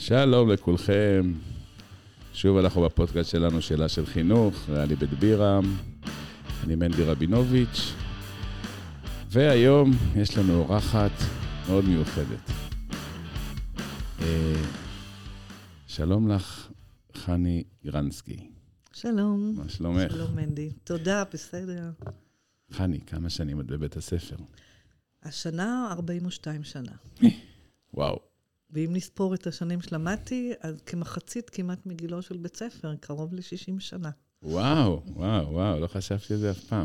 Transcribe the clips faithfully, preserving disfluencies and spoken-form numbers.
שלום לכולכם. שוב אנחנו בפודקאסט שלנו, שאלה של חינוך, ריאלי בית בירם. אני מנדי רבינוביץ', והיום יש לנו אורחת מאוד מיוחדת. שלום לך, חני גרנסקי. שלום. מה שלומך? שלום מנדי. תודה, בסדר. חני, כמה שנים את בבית הספר? השנה ארבעים ושתיים שנה. וואו. ואם נספור את השנים שלמדתי, אז כמחצית כמעט מגילו של בית ספר, קרוב ל-שישים שנה. וואו, וואו, וואו, לא חשבתי על זה אף פעם.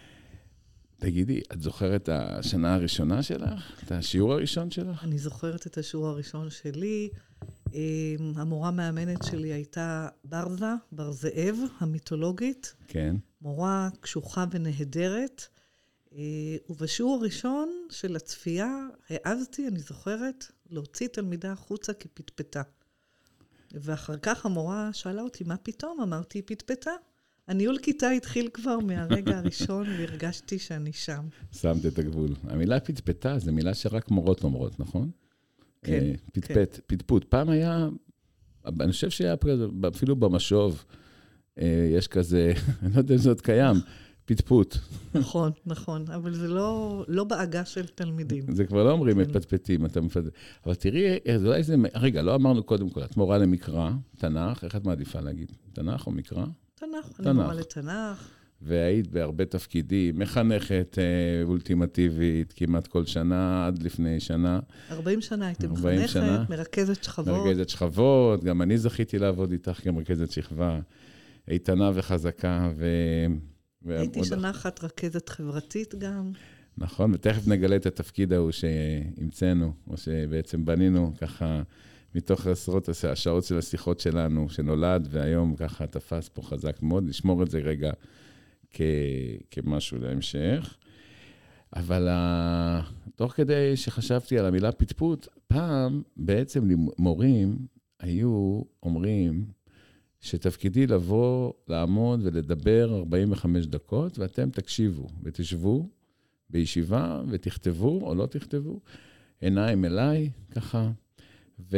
תגידי, את זוכרת את השנה הראשונה שלך? את השיעור הראשון שלך? אני זוכרת את השיעור הראשון שלי. המורה מאמנת שלי הייתה ברזה, ברזאב, המיתולוגית. כן. מורה קשוחה ונהדרת. ובשיעור הראשון של הצפייה, העזתי, אני זוכרת, להוציא תלמידה החוצה כפטפטה. ואחר כך המורה שאלה אותי, מה פתאום? אמרתי, פטפטה. הניהול כיתה התחיל כבר מהרגע הראשון, והרגשתי שאני שם. שמת את הגבול. המילה פטפטה זו מילה שרק מורות אומרות, נכון? כן. פטפט, פטפוט. פעם היה, אני חושב שהיה אפילו במשוב, יש כזה, אני לא יודע אם זה עוד קיים, פטפוט. נכון, נכון, אבל זה לא, לא בעגה של תלמידים. זה כבר לא אומרים את פטפטים, אתה מפתח. אבל תראי, אולי זה, רגע, לא אמרנו קודם כל, את מורה למקרא, תנ"ך, איך את מעדיפה להגיד? תנ"ך או מקרא? תנ"ך, אני מורה לתנ"ך. והיית בהרבה תפקידים, מחנכת אה, אולטימטיבית, כמעט כל שנה, עד לפני שנה. ארבעים שנה הייתי מחנכת, שנה, מרכזת שכבות. מרכזת שכבות, גם אני זכיתי לעבוד איתך כמרכזת שכבה, איתנה וחזקה. ו... הייתי שנה אחת רכזת חברתית גם. נכון, ותכף נגלה את התפקיד ההוא שהמצאנו, או שבעצם בנינו ככה, מתוך עשרות השעות של השיחות שלנו, שנולד, והיום ככה תפס פה חזק מאוד, לשמור את זה רגע כ... כמשהו להמשך. אבל תוך כדי שחשבתי על המילה פטפוט, פעם בעצם מורים היו אומרים שתפקידי לבוא, לעמוד ולדבר ארבעים וחמש דקות, ואתם תקשיבו ותשבו בישיבה ותכתבו או לא תכתבו, עיניים אליי, ככה. ו...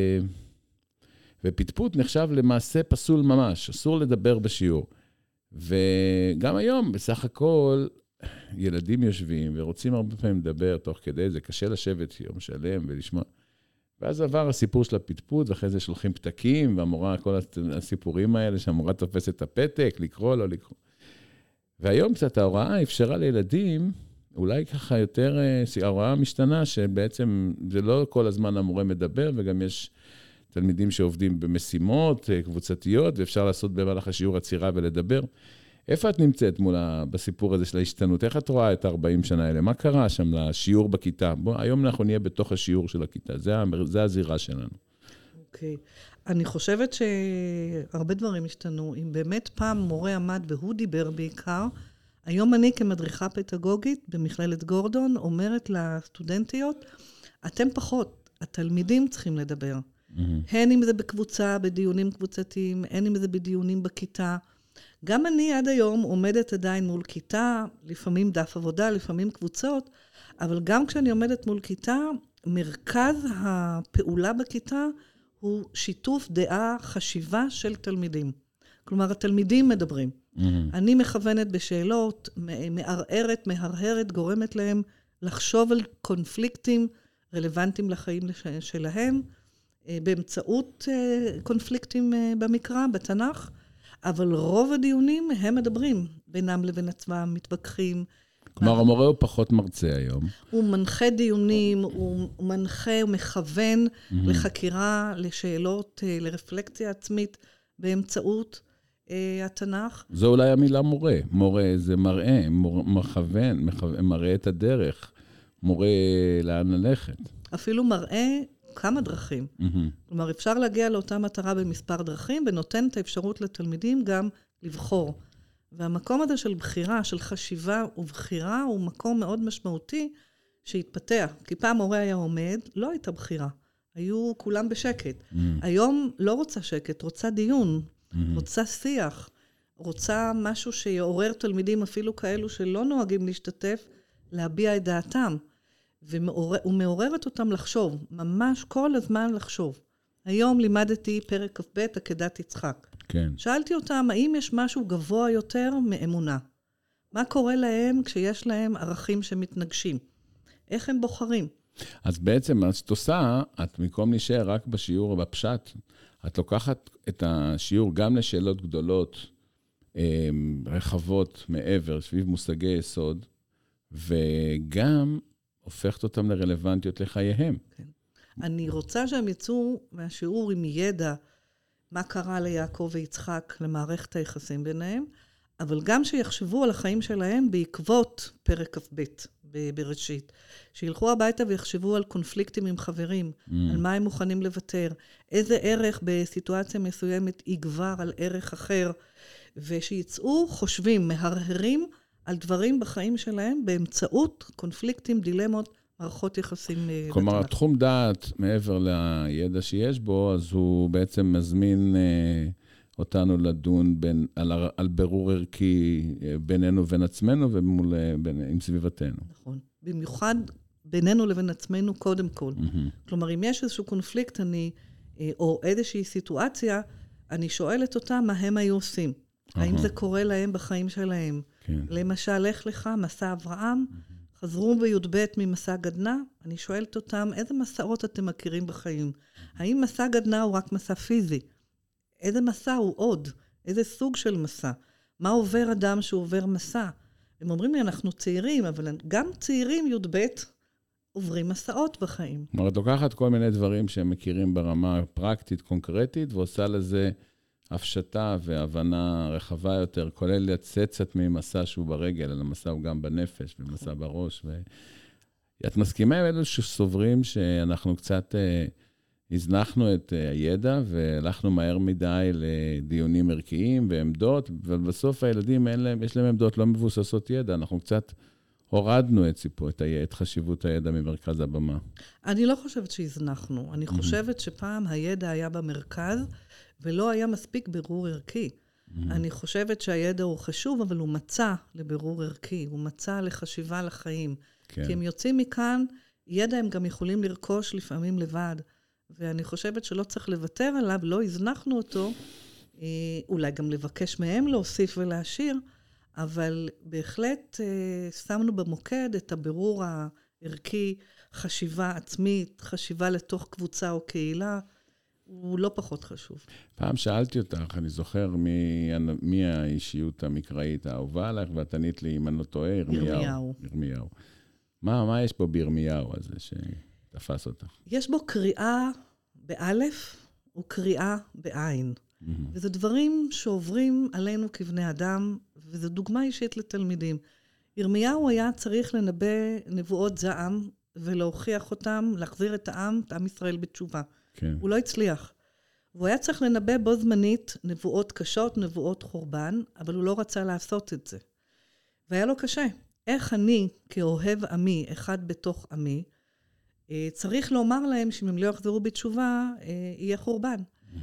ופטפוט נחשב למעשה פסול ממש, אסור לדבר בשיעור. וגם היום, בסך הכל, ילדים יושבים ורוצים הרבה פעמים לדבר תוך כדי, זה קשה לשבת יום שלם ולשמוע. ואז עבר הסיפור של הפטפוט, ואחרי זה שולחים פתקים, והמורה, כל הסיפורים האלה, שהמורה תופסת את הפתק, לקרוא, לא לקרוא. והיום קצת ההוראה אפשרה לילדים, אולי ככה יותר, ההוראה משתנה, שבעצם זה לא כל הזמן המורה מדבר, וגם יש תלמידים שעובדים במשימות קבוצתיות, ואפשר לעשות במהלך השיעור עצירה ולדבר. איפה את נמצאת מול ה... בסיפור הזה של ההשתנות? איך את רואה את ארבעים שנה האלה? מה קרה שם לשיעור בכיתה? בוא, היום אנחנו נהיה בתוך השיעור של הכיתה. זה, זה הזירה שלנו. אוקיי. אני חושבת שהרבה דברים השתנו. אם באמת פעם מורה עמד והוא דיבר בעיקר, היום אני כמדריכה פדגוגית במכללת גורדון אומרת לסטודנטיות, אתם פחות, התלמידים צריכים לדבר. Mm-hmm. הן אם זה בקבוצה, בדיונים קבוצתיים, הן אם זה בדיונים בכיתה. גם אני עד היום עומדת עדיין מול כיתה, לפעמים דף עבודה, לפעמים קבוצות, אבל גם כשאני עומדת מול כיתה, מרכז הפעולה בכיתה הוא שיתוף דעה, חשיבה של תלמידים. כלומר, התלמידים מדברים. Mm-hmm. אני מכוונת בשאלות, מערערת, מהרהרת, גורמת להם לחשוב על קונפליקטים רלוונטיים לחיים שלהם, באמצעות קונפליקטים במקרא, בתנ"ך, אבל רוב הדיונים הם מדברים, בינם לבין עצמם, מתווכחים. כלומר, המורה הוא פחות מרצה היום. הוא מנחה דיונים, הוא מנחה, הוא מכוון mm-hmm. לחקירה, לשאלות, לרפלקציה עצמית, באמצעות אה, התנ"ך. זו אולי המילה מורה. מורה זה מראה, מור, מכוון, מכוון, מראה את הדרך. מורה לאן ללכת. אפילו מראה כמה דרכים. Mm-hmm. כלומר, אפשר להגיע לאותה מטרה במספר דרכים, ונותן את האפשרות לתלמידים גם לבחור. והמקום הזה של בחירה, של חשיבה ובחירה, הוא מקום מאוד משמעותי שהתפתח. כי פעם מורה היה עומד, לא הייתה בחירה. היו כולם בשקט. Mm-hmm. היום לא רוצה שקט, רוצה דיון, mm-hmm. רוצה שיח, רוצה משהו שיעורר תלמידים, אפילו כאלו שלא נוהגים להשתתף, להביע את דעתם. ומעוררת אותם לחשוב, ממש כל הזמן לחשוב. היום לימדתי פרק כ"ב, עקדת יצחק. כן. שאלתי אותם, האם יש משהו גבוה יותר מאמונה? מה קורה להם כשיש להם ערכים שמתנגשים? איך הם בוחרים? אז בעצם, מה שאת עושה, את במקום להישאר רק בשיעור או בפשט, את לוקחת את השיעור גם לשאלות גדולות, רחבות מעבר, סביב מושגי יסוד, וגם הופכת אותם לרלוונטיות לחייהם. כן. אני רוצה שהם יצאו מהשיעור עם ידע מה קרה ליעקב ויצחק למערכת היחסים ביניהם, אבל גם שיחשבו על החיים שלהם בעקבות פרק כ"ב בראשית. שילכו הביתה ויחשבו על קונפליקטים עם חברים, mm. על מה הם מוכנים לוותר, איזה ערך בסיטואציה מסוימת יגבר על ערך אחר, ושיצאו חושבים, מהרהרים על דברים בחיים שלהם באמצעות קונפליקטים, דילמות, מערכות יחסים. כלומר, בתנ"ך. התחום דעת, מעבר לידע שיש בו, אז הוא בעצם מזמין אה, אותנו לדון בין, על, על ברור ערכי בינינו ובין עצמנו, ומול בין, עם סביבתנו. נכון. במיוחד בינינו לבין עצמנו קודם כל. Mm-hmm. כלומר, אם יש איזשהו קונפליקט, אני, או איזושהי סיטואציה, אני שואלת אותם מה הם היו עושים. Uh-huh. האם זה קורה להם בחיים שלהם? כן. למשל, לך לך, מסע אברהם, mm-hmm. חזרו בי"ב ממסע גדנה, אני שואלת אותם, איזה מסעות אתם מכירים בחיים? האם מסע גדנה הוא רק מסע פיזי? איזה מסע הוא עוד? איזה סוג של מסע? מה עובר אדם שהוא עובר מסע? הם אומרים לי, אנחנו צעירים, אבל גם צעירים י"ב עוברים מסעות בחיים. כלומר, את לוקחת כל מיני דברים שהם מכירים ברמה פרקטית, קונקרטית, ועושה לזה הפשטה והבנה רחבה יותר, כולל לצאת קצת ממסע שהוא ברגל, אלא מסע הוא גם בנפש ומסע בראש. ו... את מסכימה עם אלו שסוברים שאנחנו קצת אה, הזנחנו את אה, הידע, והלכנו מהר מדי לדיונים ערכיים ועמדות, ובסוף הילדים אין להם, יש להם עמדות לא מבוססות ידע, אנחנו קצת הורדנו את סיפור, את, ה... את חשיבות הידע ממרכז הבמה. אני לא חושבת שהזנחנו, אני חושבת שפעם הידע היה במרכז, ולא היה מספיק בירור ערכי. Mm-hmm. אני חושבת שהידע הוא חשוב, אבל הוא מצא לבירור ערכי, הוא מצא לחשיבה לחיים. כן. כי הם יוצאים מכאן, ידע הם גם יכולים לרכוש לפעמים לבד, ואני חושבת שלא צריך לוותר עליו, לא הזנחנו אותו, אולי גם לבקש מהם להוסיף ולהשאיר, אבל בהחלט שמנו במוקד את הבירור הערכי, חשיבה עצמית, חשיבה לתוך קבוצה או קהילה, הוא לא פחות חשוב. פעם שאלתי אותך, אני זוכר מי, מי האישיות המקראית האהובה עליך, ואת ענית לי, אם אני לא טועה, ירמיהו. ירמיהו. ירמיהו. מה, מה יש פה בירמיהו הזה שתפס אותך? יש בו קריאה באלף וקריאה בעין. Mm-hmm. וזה דברים שעוברים עלינו כבני אדם, וזו דוגמה אישית לתלמידים. ירמיהו היה צריך לנבא נבואות זעם, ולהוכיח אותם, להחזיר את העם, את עם ישראל בתשובה. כן. הוא לא הצליח. והוא היה צריך לנבא בו זמנית נבואות קשות, נבואות חורבן, אבל הוא לא רצה לעשות את זה. והיה לו קשה. איך אני, כאוהב עמי, אחד בתוך עמי, צריך לומר להם שאם הם לא יחזרו בתשובה, יהיה חורבן.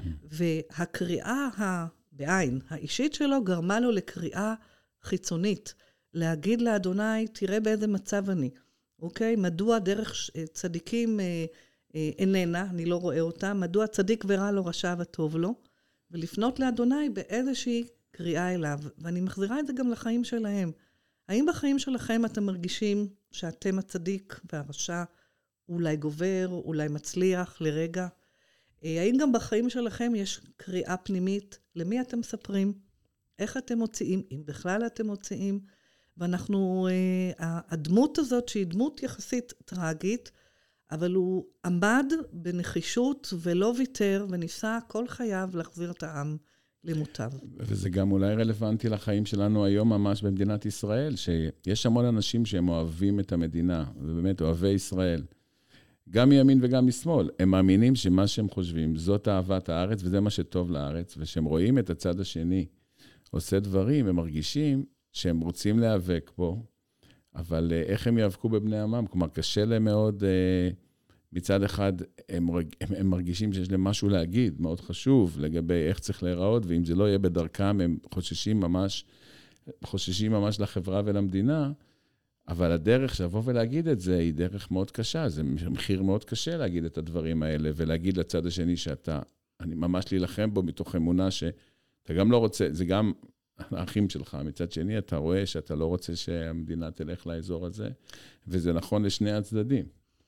והקריאה בעין, האישית שלו, גרמה לו לקריאה חיצונית. להגיד לאדוני, תראה באיזה מצב אני. אוקיי? מדוע דרך צדיקים איננה, אני לא רואה אותה, מדוע צדיק ורע לו, רשע וטוב לו, ולפנות לאדוני באיזושהי קריאה אליו. ואני מחזירה את זה גם לחיים שלהם. האם בחיים שלכם אתם מרגישים שאתם הצדיק והרשע אולי גובר, אולי מצליח לרגע? האם גם בחיים שלכם יש קריאה פנימית? למי אתם מספרים? איך אתם מוציאים? אם בכלל אתם מוציאים? ואנחנו, הדמות הזאת שהיא דמות יחסית טרגית, אבל הוא עמד בנחישות ולא ויתר, וניסה כל חייו להחזיר את העם למוטב. וזה גם אולי רלוונטי לחיים שלנו היום ממש במדינת ישראל, שיש המון אנשים שהם אוהבים את המדינה, ובאמת אוהבי ישראל. גם מימין וגם משמאל. הם מאמינים שמה שהם חושבים, זאת אהבת הארץ, וזה מה שטוב לארץ, ושהם רואים את הצד השני, עושה דברים, הם מרגישים שהם רוצים להיאבק בו, אבל איך הם יאבקו בבני עמם? כלומר, קשה להם מאוד, מצד אחד, הם, הם, הם מרגישים שיש להם משהו להגיד, מאוד חשוב, לגבי איך צריך להיראות, ואם זה לא יהיה בדרכם, הם חוששים ממש, חוששים ממש לחברה ולמדינה, אבל הדרך שבוא ולהגיד את זה, היא דרך מאוד קשה, זה מחיר מאוד קשה להגיד את הדברים האלה, ולהגיד לצד השני שאתה, אני ממש להילחם בו מתוך אמונה שאתה גם לא רוצה, זה גם האחים שלך, מצד שני אתה רואה שאתה לא רוצה שהמדינה תלך לאזור הזה, וזה נכון לשני הצדדים.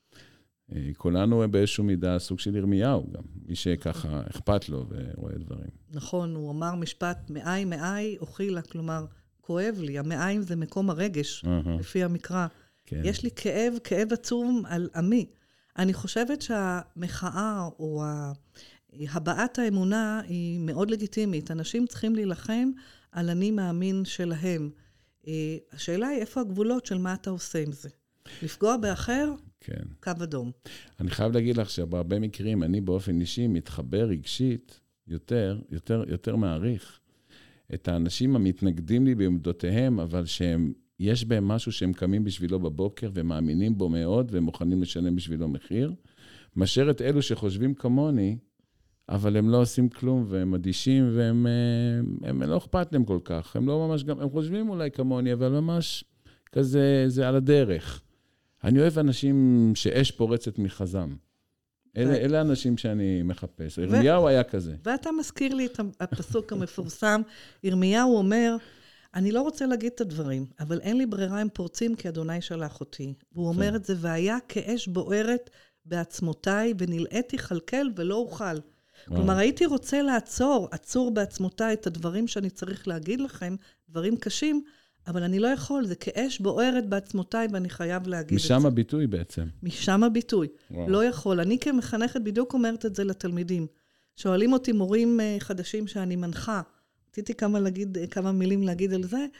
כולנו באיזשהו מידה סוג של ירמיהו גם, מי שככה אכפת לו ורואה דברים. נכון, הוא אמר משפט, מאי מאי אוכילה, כלומר, כואב לי, המאיים זה מקום הרגש, uh-huh. לפי המקרא. כן. יש לי כאב, כאב עצום על עמי. אני חושבת שהמחאה או הבעת האמונה היא מאוד לגיטימית. אנשים צריכים להילחם על אני מאמין שלהם. השאלה היא איפה הגבולות של מה אתה עושה עם זה. לפגוע באחר, כן. קו אדום. אני חייב להגיד לך שבהרבה מקרים אני באופן אישי מתחבר רגשית יותר, יותר, יותר מעריך. את האנשים המתנגדים לי בעמדותיהם, אבל שהם, יש בהם משהו שהם קמים בשבילו בבוקר, ומאמינים בו מאוד, והם מוכנים לשלם בשבילו מחיר, מאשר את אלו שחושבים כמוני, אבל הם לא עושים כלום, והם אדישים, והם הם, הם לא אכפת להם כל כך. הם לא ממש גם, הם חושבים אולי כמוני, אבל ממש כזה, זה על הדרך. אני אוהב אנשים שאש פורצת מחזם. אלה, אלה האנשים שאני מחפש. ירמיהו היה כזה. ואתה מזכיר לי את הפסוק המפורסם. ירמיהו אומר, אני לא רוצה להגיד את הדברים, אבל אין לי ברירה, הם פורצים כי אדוני שלח אותי. והוא אומר את זה, והיה כאש בוערת בעצמותיי, ונלאיתי חלקל ולא אוכל. כלומר, הייתי רוצה לעצור, עצור בעצמותיי את הדברים שאני צריך להגיד לכם, דברים קשים, אבל אני לא יכול, זה כאש בוערת בעצמותיי, ואני חייב להגיד את זה. משם הביטוי בעצם. משם הביטוי. וואו. לא יכול. אני כמחנכת בדיוק אומרת את זה לתלמידים. שואלים אותי מורים חדשים שאני מנחה, רציתי כמה, להגיד, כמה מילים להגיד על זה,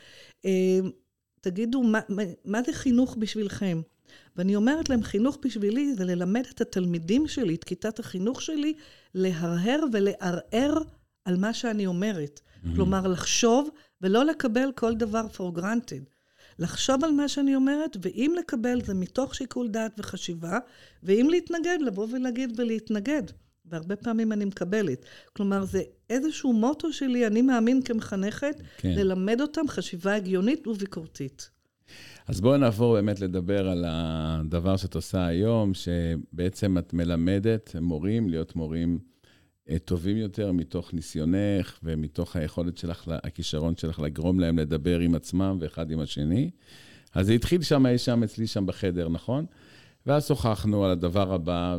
תגידו, מה, מה זה חינוך בשבילכם? ואני אומרת להם, חינוך בשבילי זה ללמד את התלמידים שלי, את כיתת החינוך שלי, להרהר ולערער על מה שאני אומרת. Mm-hmm. כלומר, לחשוב ולא לקבל כל דבר for granted. לחשוב על מה שאני אומרת, ואם לקבל זה מתוך שיקול דעת וחשיבה, ואם להתנגד, לבוא ולהגיד ולהתנגד. והרבה פעמים אני מקבלת. כלומר, זה איזשהו מוטו שלי, אני מאמין כמחנכת, כן. ללמד אותם חשיבה הגיונית וביקורתית. אז בואו נעבור באמת לדבר על הדבר שאת עושה היום, שבעצם את מלמדת מורים, להיות מורים טובים יותר מתוך ניסיונך, ומתוך היכולת שלך, הכישרון שלך, לגרום להם לדבר עם עצמם ואחד עם השני. אז זה התחיל שם, יש שם אצלי שם בחדר, נכון? ואז שוחחנו על הדבר הבא,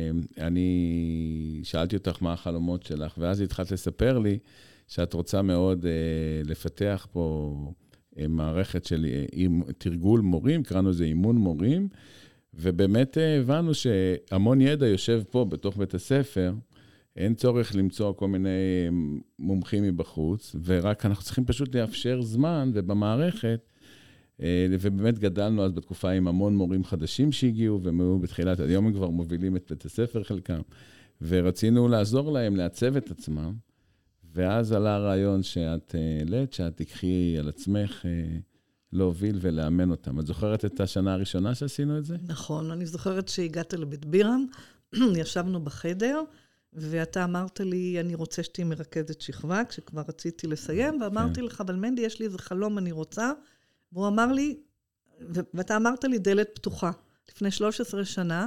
ואני שאלתי אותך מה החלומות שלך, ואז התחלת לספר לי שאת רוצה מאוד לפתח פה מערכת של תרגול מורים, קראנו לזה אימון מורים, ובאמת הבנו שהמון ידע יושב פה בתוך בית הספר, אין צורך למצוא כל מיני מומחים מבחוץ, ורק אנחנו צריכים פשוט לאפשר זמן, ובמערכת, ובאמת גדלנו אז בתקופה עם המון מורים חדשים שהגיעו, והם היו בתחילת, היום הם כבר מובילים את בית הספר חלקם, ורצינו לעזור להם לעצב את עצמם, ואז עלה הרעיון שאת העלית, שאת תקחי על עצמך להוביל ולאמן אותם. את זוכרת את השנה הראשונה שעשינו את זה? נכון, אני זוכרת שהגעת לבית בירם, ישבנו בחדר, ואתה אמרת לי, אני רוצה שתהי מרכזת שכבה, כשכבר רציתי לסיים, ואמרתי לך, אבל מנדי, יש לי איזה חלום, אני רוצה, והוא אמר לי, ואתה אמרת לי, דלת פתוחה, לפני שלוש עשרה שנה,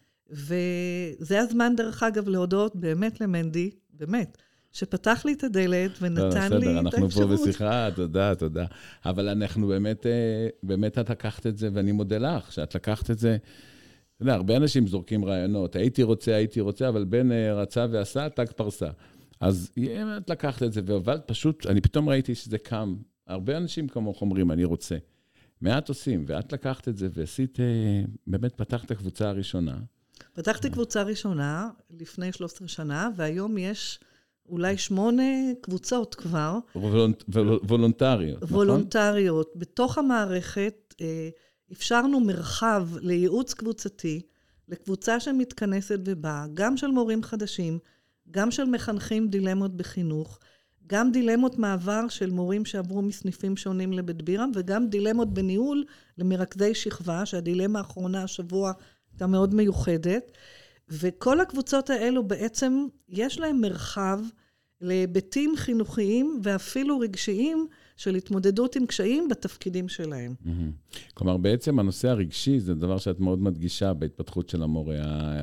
וזה הזמן דרך אגב להודות באמת למנדי, באמת, שפתח לי את הדלת ונתן לי את האפשרות. אנחנו פה בשיחה, תודה, תודה. אבל אנחנו באמת, באמת את לקחת את זה, ואני מודה לך, שאת לקחת את זה, אתה יודע, הרבה אנשים זורקים רעיונות, הייתי רוצה, הייתי רוצה, אבל בין רצה ועשה, תג פרסה. אז את לקחת את זה, והובלת פשוט, אני פתאום ראיתי שזה קם, הרבה אנשים כמוך אומרים, אני רוצה. מעט עושים, ואת לקחת את זה, ועשית, באמת פתחת הקבוצה הראשונה. פתחתי קבוצה ראשונה, לפני שלוש עשרה שנה, והיום יש אולי שמונה קבוצות כבר. וולונטריות, נכון? וולונטריות. בתוך המערכת, אפשרנו מרחב לייעוץ קבוצתי, לקבוצה שמתכנסת ובאה, גם של מורים חדשים, גם של מחנכים דילמות בחינוך, גם דילמות מעבר של מורים שעברו מסניפים שונים לבית בירם, וגם דילמות בניהול למרכזי שכבה, שהדילמה האחרונה השבוע הייתה מאוד מיוחדת, וכל הקבוצות האלו בעצם יש להם מרחב להיבטים חינוכיים ואפילו רגשיים של התמודדות עם קשיים בתפקידים שלהם. Mm-hmm. כלומר, בעצם הנושא הרגשי זה דבר שאת מאוד מדגישה בהתפתחות של המורה.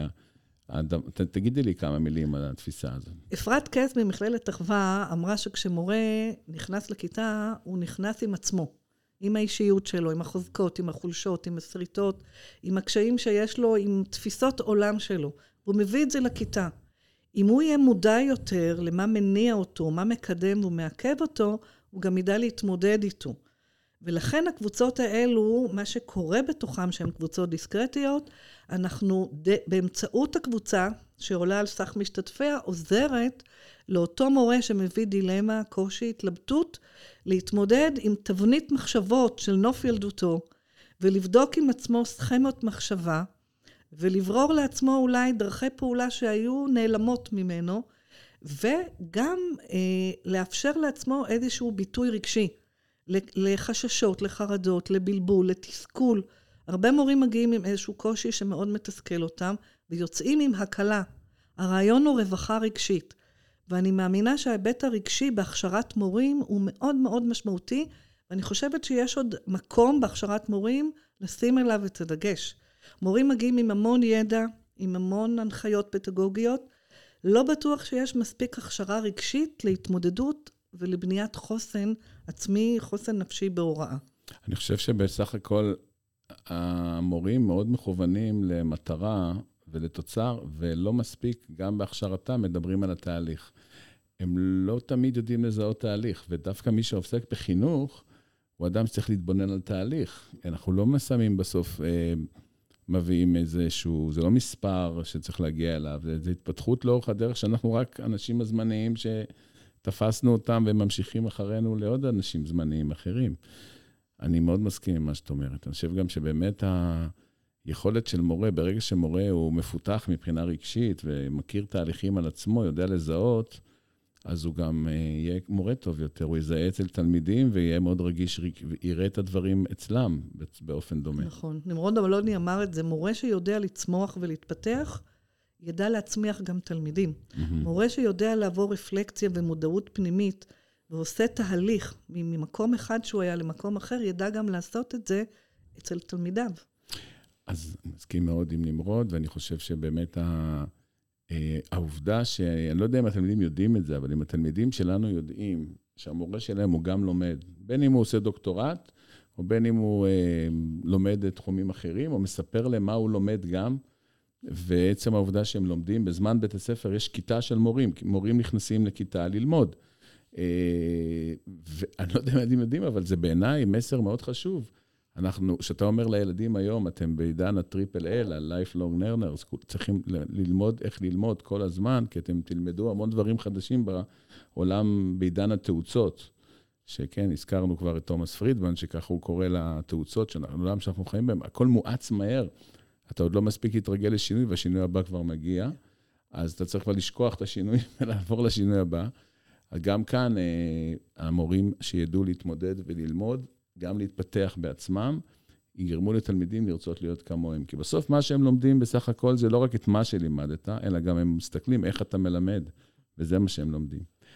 תגידי לי כמה מילים על התפיסה הזאת. אפרת קס ממכללת אחווה אמרה שכשמורה נכנס לכיתה, הוא נכנס עם עצמו, עם האישיות שלו, עם החוזקות, עם החולשות, עם הסריטות, עם הקשיים שיש לו, עם תפיסות עולם שלו. הוא מביא את זה לכיתה. אם הוא יהיה מודע יותר למה מניע אותו, מה מקדם ומעכב אותו, הוא גם ידע להתמודד איתו. ולכן הקבוצות האלו, מה שקורה בתוכם שהן קבוצות דיסקרטיות, אנחנו ד... באמצעות הקבוצה שעולה על סך משתתפיה, עוזרת לאותו מורה שמביא דילמה, קושי, התלבטות, להתמודד עם תבנית מחשבות של נוף ילדותו, ולבדוק עם עצמו סכמות מחשבה, ולברור לעצמו אולי דרכי פעולה שהיו נעלמות ממנו, וגם אה, לאפשר לעצמו איזשהו ביטוי רגשי, לחששות, לחרדות, לבלבול, לתסכול. הרבה מורים מגיעים עם איזשהו קושי שמאוד מתסכל אותם, ויוצאים עם הקלה. הרעיון הוא רווחה רגשית. ואני מאמינה שההיבט הרגשי בהכשרת מורים הוא מאוד מאוד משמעותי, ואני חושבת שיש עוד מקום בהכשרת מורים לשים אליו את הדגש. מורים מגיעים עם המון ידע, עם המון הנחיות פדגוגיות, לא בטוח שיש מספיק הכשרה רגשית להתמודדות ולבניית חוסן עצמי, חוסן נפשי בהוראה. אני חושב שבסך הכל המורים מאוד מכוונים למטרה ולתוצר, ולא מספיק גם בהכשרתם מדברים על התהליך. הם לא תמיד יודעים לזהות תהליך, ודווקא מי שעוסק בחינוך, הוא אדם שצריך להתבונן על תהליך. אנחנו לא מסיימים בסוף, אה, מביאים איזשהו, זה לא מספר שצריך להגיע אליו, זה, זה התפתחות לאורך הדרך שאנחנו רק אנשים הזמניים שתפסנו אותם וממשיכים אחרינו לעוד אנשים זמניים אחרים. אני מאוד מסכים עם מה שאת אומרת. אני חושב גם שבאמת היכולת של מורה, ברגע שמורה הוא מפותח מבחינה רגשית ומכיר תהליכים על עצמו, יודע לזהות, אז הוא גם יהיה מורה טוב יותר, הוא יזהה אצל תלמידים ויהיה מאוד רגיש, ויראה את הדברים אצלם באופן דומה. נכון. נמרוד אלוני אמר את זה, מורה שיודע לצמוח ולהתפתח, ידע להצמיח גם תלמידים. Mm-hmm. מורה שיודע לעבור רפלקציה ומודעות פנימית, ועושה תהליך ממקום אחד שהוא היה למקום אחר, ידע גם לעשות את זה אצל תלמידיו. אז אני מסכים מאוד עם נמרוד, ואני חושב שבאמת ה... העובדה שאני לא יודע אם התלמידים יודעים את זה, אבל אם התלמידים שלנו יודעים שהמורה שלהם הוא גם לומד, בין אם הוא עושה דוקטורט, או בין אם הוא אה, לומד תחומים אחרים, או מספר להם מה הוא לומד גם, ועצם העובדה שהם לומדים, בזמן בית הספר יש כיתה של מורים, מורים נכנסים לכיתה ללמוד. אה, ואני לא יודע אם ילדים יודעים, אבל זה בעיניי מסר מאוד חשוב. אנחנו, שאתה אומר לילדים היום, אתם בעידן הטריפל אל, ה-lifelong learners, צריכים ללמוד איך ללמוד כל הזמן, כי אתם תלמדו המון דברים חדשים בעולם, בעידן התאוצות, שכן, הזכרנו כבר את תומאס פרידמן, שככה הוא קורא לתאוצות, העולם שאנחנו חיים בהם, הכל מואץ מהר, אתה עוד לא מספיק להתרגל לשינוי, והשינוי הבא כבר מגיע, אז אתה צריך כבר לשכוח את השינוי ולעבור לשינוי הבא. גם כאן, המורים שידעו להתמודד וללמוד, גם להתפתח בעצמם, יגרמו לתלמידים לרצות להיות כמוהם. כי בסוף מה שהם לומדים בסך הכל זה לא רק את מה שלימדת, אלא גם הם מסתכלים איך אתה מלמד, וזה מה שהם לומדים.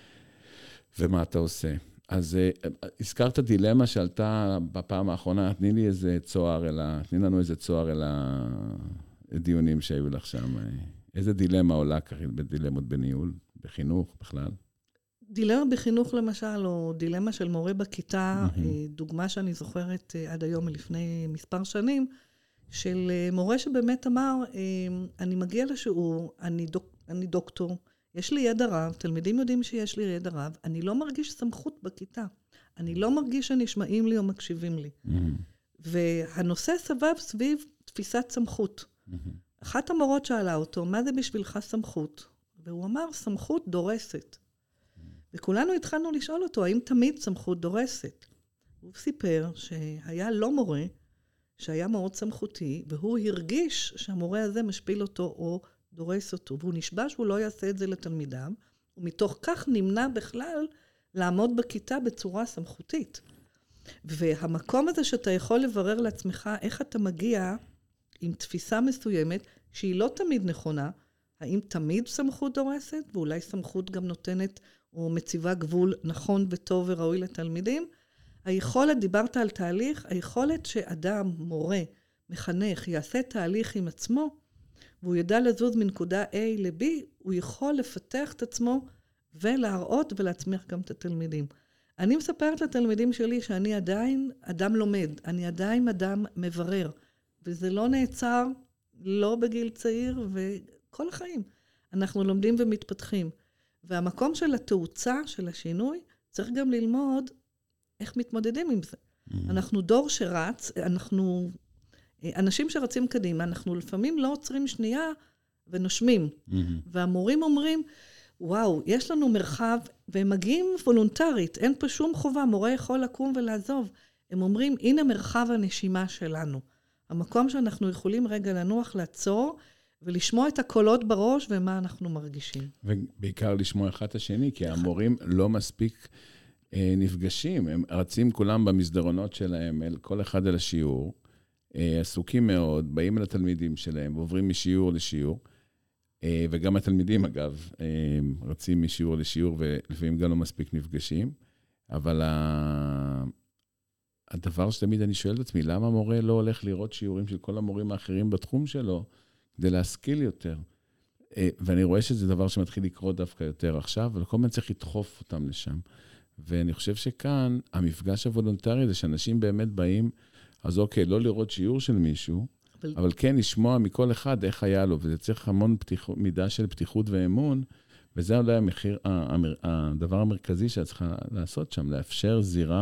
ומה אתה עושה. אז הזכרת דילמה שעלתה בפעם האחרונה, תני לי איזה צוער אל, תני לנו איזה צוער אל הדיונים שהיו לך שם. איזה דילמה עולה ככה בדילמות בניהול, בחינוך בכלל? דילמה בחינוך למשל, או דילמה של מורה בכיתה, mm-hmm. דוגמה שאני זוכרת עד היום מלפני מספר שנים, של מורה שבאמת אמר, אני מגיע לשיעור, אני, דוק, אני דוקטור, יש לי ידע רב, תלמידים יודעים שיש לי ידע רב, אני לא מרגיש סמכות בכיתה, אני לא מרגיש שנשמעים לי או מקשיבים לי. Mm-hmm. והנושא סבב סביב תפיסת סמכות. Mm-hmm. אחת המורות שאלה אותו, מה זה בשבילך סמכות? והוא אמר, סמכות דורסת. וכולנו התחלנו לשאול אותו, האם תמיד סמכות דורסת? הוא סיפר שהיה לא מורה, שהיה מאוד סמכותי, והוא הרגיש שהמורה הזה משפיל אותו או דורס אותו, והוא נשבע שהוא לא יעשה את זה לתלמידיו, ומתוך כך נמנע בכלל לעמוד בכיתה בצורה סמכותית. והמקום הזה שאתה יכול לברר לעצמך, איך אתה מגיע עם תפיסה מסוימת, שהיא לא תמיד נכונה, האם תמיד סמכות דורסת, ואולי סמכות גם נותנת או מציבה גבול נכון וטוב וראוי לתלמידים, היכולת, דיברת על תהליך, היכולת שאדם, מורה, מחנך, יעשה תהליך עם עצמו, והוא ידע לזוז מנקודה A ל-B, הוא יכול לפתח את עצמו ולהראות ולהצמיח גם את התלמידים. אני מספרת לתלמידים שלי שאני עדיין אדם לומד, אני עדיין אדם מברר, וזה לא נעצר, לא בגיל צעיר, וכל החיים. אנחנו לומדים ומתפתחים. והמקום של התאוצה, של השינוי, צריך גם ללמוד איך מתמודדים עם זה. Mm-hmm. אנחנו דור שרץ, אנחנו אנשים שרצים קדימה, אנחנו לפעמים לא עוצרים שנייה ונושמים. Mm-hmm. והמורים אומרים, וואו, יש לנו מרחב, והם מגיעים וולונטרית, אין פה שום חובה, מורה יכול לקום ולעזוב. הם אומרים, הנה מרחב הנשימה שלנו. המקום שאנחנו יכולים רגע לנוח, לעצור, ולשמוע את הקולות בראש ומה אנחנו מרגישים. ובעיקר לשמוע אחד את השני, כי המורים לא מספיק אה, נפגשים, הם רצים כולם במסדרונות שלהם, אל, כל אחד אל השיעור, אה, עסוקים מאוד, באים אל התלמידים שלהם, ועוברים משיעור לשיעור, אה, וגם התלמידים אגב, אה, רצים משיעור לשיעור, ולפעמים גם לא מספיק נפגשים, אבל ה... הדבר שתמיד אני שואל את עצמי, למה המורה לא הולך לראות שיעורים של כל המורים האחרים בתחום שלו, כדי להשכיל יותר? ואני רואה שזה דבר שמתחיל לקרות דווקא יותר עכשיו, אבל כל הזמן צריך לדחוף אותם לשם. ואני חושב שכאן, המפגש הוולונטרי זה שאנשים באמת באים, אז אוקיי, לא לראות שיעור של מישהו, אבל, אבל כן לשמוע מכל אחד איך היה לו, וזה צריך המון פתיח, מידה של פתיחות ואמון, וזה אולי המחיר, הדבר המרכזי שאת צריכה לעשות שם, לאפשר זירה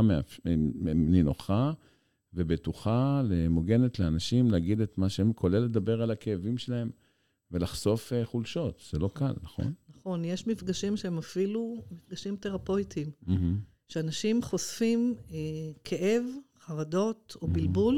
נינוחה ובטוחה, מוגנת לאנשים, להגיד את מה שהם, כולל לדבר על הכאבים שלהם, ולחשוף חולשות. זה לא קל, נכון? נכון, יש מפגשים שהם אפילו מפגשים תרפויטיים, שאנשים חושפים כאב, חרדות או בלבול,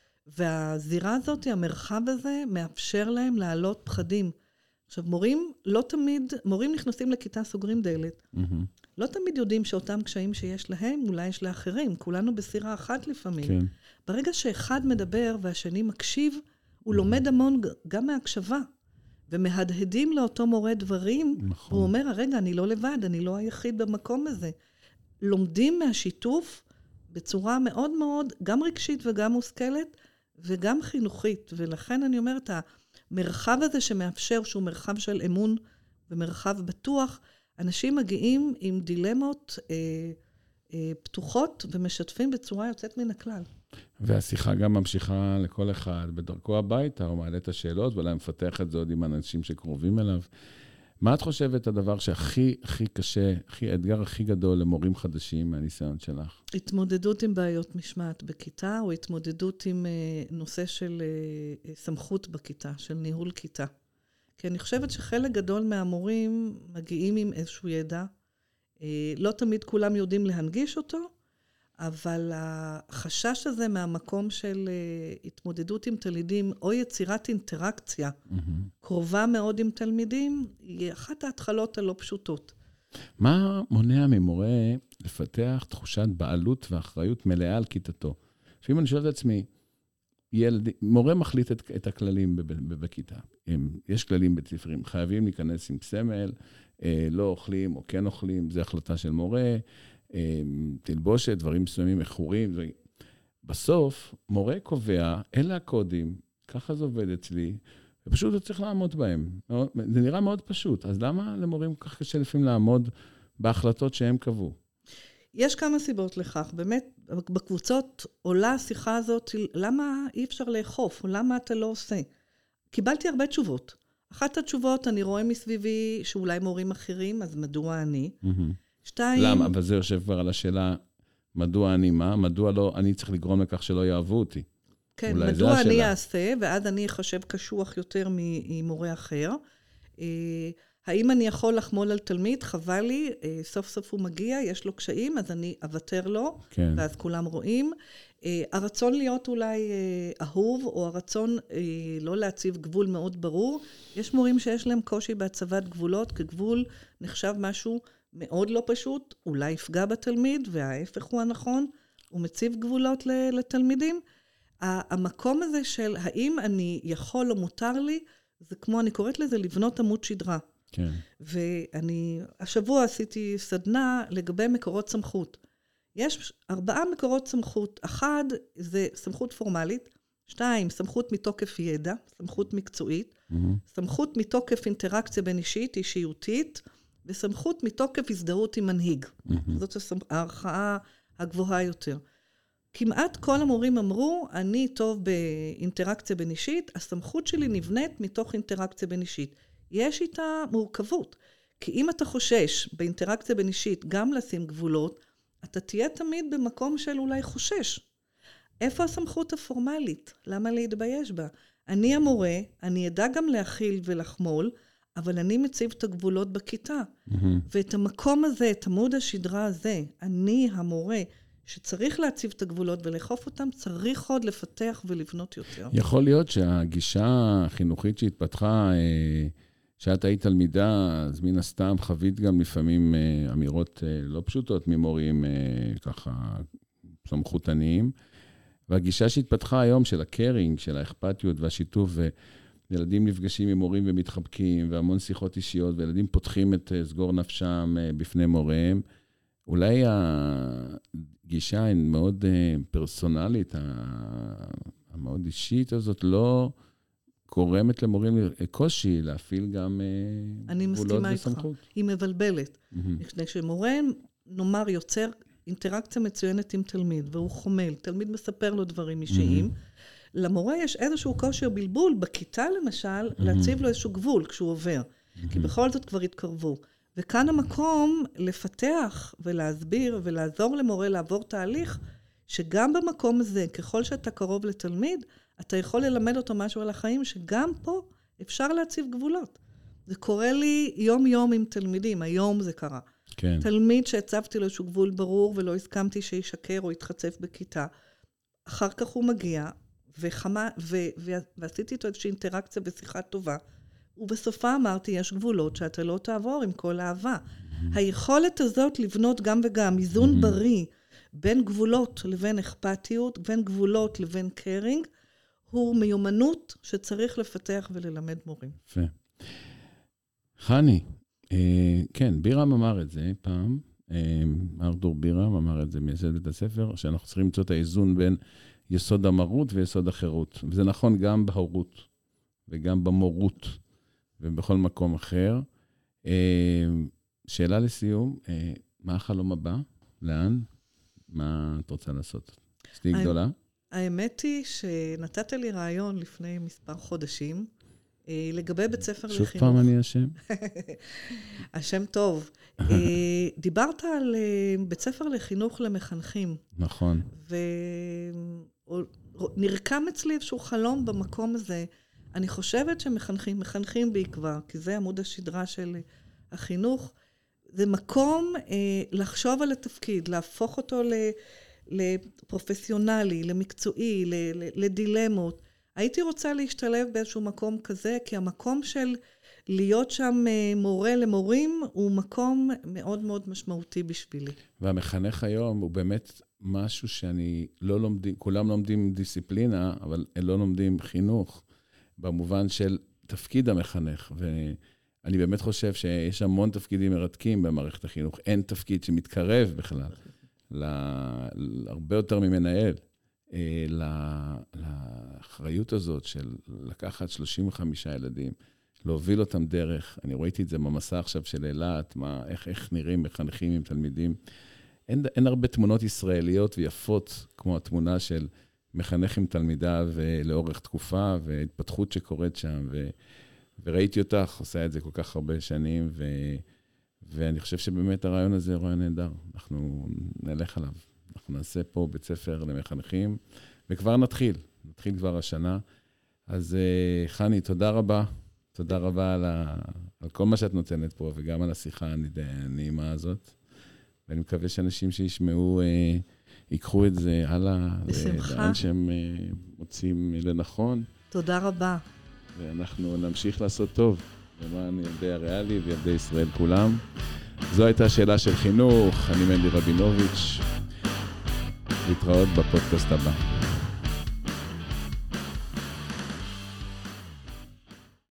והזירה הזאת, המרחב הזה, מאפשר להם להעלות פחדים. עכשיו, מורים לא תמיד, מורים נכנסים לכיתה, סוגרים דלת. Mm-hmm. לא תמיד יודעים שאותם קשיים שיש להם, אולי יש לאחרים. כולנו בסירה אחת לפעמים. כן. ברגע שאחד מדבר והשני מקשיב, הוא mm-hmm. לומד המון גם מהקשבה. ומהדהדים לאותו מורה דברים, נכון. והוא אומר, רגע, אני לא לבד, אני לא היחיד במקום הזה. לומדים מהשיתוף בצורה מאוד מאוד, גם רגשית וגם מושכלת, וגם חינוכית. ולכן אני אומרת, המרחב הזה שמאפשר, שהוא מרחב של אמון ומרחב בטוח, אנשים מגיעים עם דילמות אה, אה, פתוחות ומשתפים בצורה יוצאת מן הכלל. והשיחה גם ממשיכה לכל אחד בדרכו הביתה, הוא מעלה את השאלות, ואולי מפתח את זה עוד עם אנשים שקרובים אליו. מה את חושבת הדבר שהכי הכי קשה, הכי, האתגר הכי גדול למורים חדשים מהניסיון שלך? התמודדות עם בעיות משמעת בכיתה, או התמודדות עם אה, נושא של אה, סמכות בכיתה, של ניהול כיתה. כי אני חושבת שחלק גדול מהמורים מגיעים עם איזשהו ידע, אה, לא תמיד כולם יודעים להנגיש אותו, אבל החשש הזה מהמקום של uh, התמודדות עם תלמידים, או יצירת אינטראקציה, mm-hmm. קרובה מאוד עם תלמידים, היא אחת ההתחלות הלא פשוטות. מה מונע ממורה לפתח תחושת בעלות ואחריות מלאה על כיתתו? לפעמים אני שואל את עצמי, ילד, מורה מחליט את, את הכללים בכיתה. יש כללים בית ספרים, חייבים להיכנס עם סמל, אה, לא אוכלים או כן אוכלים, זה החלטה של מורה, תלבושת, דברים מסוימים, איחורים. בסוף, מורה קובע, אלה הקודים, ככה זה עובד אצלי, ופשוט הוא צריך לעמוד בהם. זה נראה מאוד פשוט. אז למה למורים כל כך קשה לפעמים לעמוד בהחלטות שהם קבעו? יש כמה סיבות לכך. באמת, בקבוצות עולה השיחה הזאת, למה אי אפשר לאכוף, או למה אתה לא עושה? קיבלתי הרבה תשובות. אחת התשובות, אני רואה מסביבי שאולי מורים אחרים, אז מדוע אני? שתיים... למה? אבל זה יושב כבר על השאלה, מדוע אני מה? מדוע לא, אני צריך לגרום לכך שלא יאהבו אותי? כן, מדוע אני אעשה, ואז אני אחשב קשוח יותר ממורה אחר. האם אני יכול לחמול על תלמיד? חבל לי, סוף סוף הוא מגיע, יש לו קשיים, אז אני אוותר לו, כן. ואז כולם רואים. הרצון להיות אולי אהוב, או הרצון לא להציב גבול מאוד ברור. יש מורים שיש להם קושי בהצבת גבולות, כגבול נחשב משהו מאוד לא פשוט, אולי יפגע בתלמיד, וההפך הוא הנכון, הוא מציב גבולות לתלמידים. המקום הזה של האם אני יכול או מותר לי, זה כמו, אני קוראת לזה, לבנות עמוד שדרה. כן. ואני, השבוע עשיתי סדנה לגבי מקורות סמכות. יש ארבעה מקורות סמכות. אחד, זה סמכות פורמלית. שתיים, סמכות מתוקף ידע, סמכות מקצועית. Mm-hmm. סמכות מתוקף אינטראקציה בין אישית, אישיותית, וסמכות מתוקף הזדהות עם מנהיג. Mm-hmm. זאת הערכאה הגבוהה יותר. כמעט כל המורים אמרו, אני טוב באינטראקציה בין אישית, הסמכות שלי נבנית מתוך אינטראקציה בין אישית. יש איתה מורכבות, כי אם אתה חושש באינטראקציה בין אישית גם לשים גבולות, אתה תהיה תמיד במקום של אולי חושש. איפה הסמכות הפורמלית? למה להתבייש בה? אני המורה, אני ידע גם להכיל ולחמול, אבל אני מציב את הגבולות בכיתה. Mm-hmm. ואת המקום הזה, את עמוד השדרה הזה, אני המורה, שצריך להציב את הגבולות ולאכוף אותם, צריך עוד לפתח ולבנות יותר. יכול להיות שהגישה החינוכית שהתפתחה, שאת היית תלמידה, אז מן הסתם חווית גם לפעמים אמירות לא פשוטות ממורים ככה סמכותניים, והגישה שהתפתחה היום של הקרינג, של האכפתיות והשיתוף, וילדים נפגשים עם מורים ומתחבקים, והמון שיחות אישיות, וילדים פותחים את סגור נפשם בפני מוריהם, אולי הגישה היא מאוד פרסונלית, המאוד אישית הזאת, לא גורמת למורים קושי להפעיל גם גבולות וסמכות. היא מבלבלת. Mm-hmm. כשמורה, נאמר, יוצר אינטראקציה מצוינת עם תלמיד, והוא חומל, תלמיד מספר לו דברים אישיים, mm-hmm. למורה יש איזשהו כושר בלבול, בכיתה למשל, mm-hmm. להציב לו איזשהו גבול כשהוא עובר, mm-hmm. כי בכל זאת כבר התקרבו. וכאן המקום לפתח ולהסביר ולעזור למורה לעבור תהליך, שגם במקום הזה, ככל שאתה קרוב לתלמיד, אתה יכול ללמד אותו משהו על החיים, שגם פה אפשר להציב גבולות. זה קורה לי יום יום עם תלמידים, היום זה קרה. כן. תלמיד שהצבתי לו איזשהו גבול ברור, ולא הסכמתי שישקר או יתחצף בכיתה. אחר כך הוא מגיע, וחמה, ו, ו, ועשיתי איתו איזושהי אינטראקציה ושיחה טובה, ובסופה אמרתי, יש גבולות שאתה לא תעבור עם כל אהבה. Mm-hmm. היכולת הזאת לבנות גם וגם, איזון mm-hmm. בריא, בין גבולות לבין אכפתיות, בין גבולות לבין קרינג, הוא מיומנות שצריך לפתח וללמד מורים. יפה. חני, אה, כן, בירם אמר את זה פעם, אה, ארתור בירם אמר את זה מייסד בית הספר, שאנחנו צריכים למצוא את האיזון בין יסוד המרות ויסוד החירות. וזה נכון גם בהורות, וגם במורות, ובכל מקום אחר. אה, שאלה לסיום, אה, מה החלום הבא? לאן? מה את רוצה לעשות? שתהי גדולה? האמת היא שנתת לי רעיון לפני מספר חודשים, לגבי בית ספר לחינוך. שוב פעם אני השם? השם טוב. דיברת על בית ספר לחינוך למחנכים. נכון. ונרקם אצלי איזשהו חלום במקום הזה. אני חושבת שמחנכים, מחנכים בעקבה, כי זה עמוד השדרה של החינוך. זה מקום לחשוב על התפקיד, להפוך אותו לפרופסיונלי, למקצועי, לדילמות. הייתי רוצה להשתלב באיזשהו מקום כזה, כי המקום של להיות שם מורה למורים, הוא מקום מאוד מאוד משמעותי בשבילי. והמחנך היום הוא באמת משהו שאני לא לומדים, כולם לומדים דיסציפלינה, אבל הם לא לומדים חינוך, במובן של תפקיד המחנך. ואני באמת חושב שיש המון תפקידים מרתקים במערכת החינוך. אין תפקיד שמתקרב בכלל, להרבה יותר ממנהל. לאחריות הזאת של לקחת שלושים וחמישה ילדים, להוביל אותם דרך, אני ראיתי את זה במסע עכשיו של אילת, מה, איך, איך נראים מחנכים עם תלמידים. אין, אין הרבה תמונות ישראליות ויפות, כמו התמונה של מחנך עם תלמידיו לאורך תקופה, והתפתחות שקורית שם, ו, וראיתי אותך, עושה את זה כל כך הרבה שנים, ו, ואני חושב שבאמת הרעיון הזה הוא רעיון נהדר, אנחנו נלך עליו. אנחנו נעשה פה בית ספר למחנכים, וכבר נתחיל, נתחיל כבר השנה. אז חני, תודה רבה, תודה רבה על, ה... על כל מה שאת נותנת פה, וגם על השיחה הנעימה הזאת. ואני מקווה שאנשים שישמעו, אה, ייקחו את זה הלאה, בשמחה. לאן שהם אה, מוצאים לנכון. תודה רבה. ואנחנו נמשיך לעשות טוב, למען ילדי הריאלי וילדי ישראל כולם. זו הייתה שאלה של חינוך, אני מנדי רבינוביץ', להתראות בפודקאסט הבא.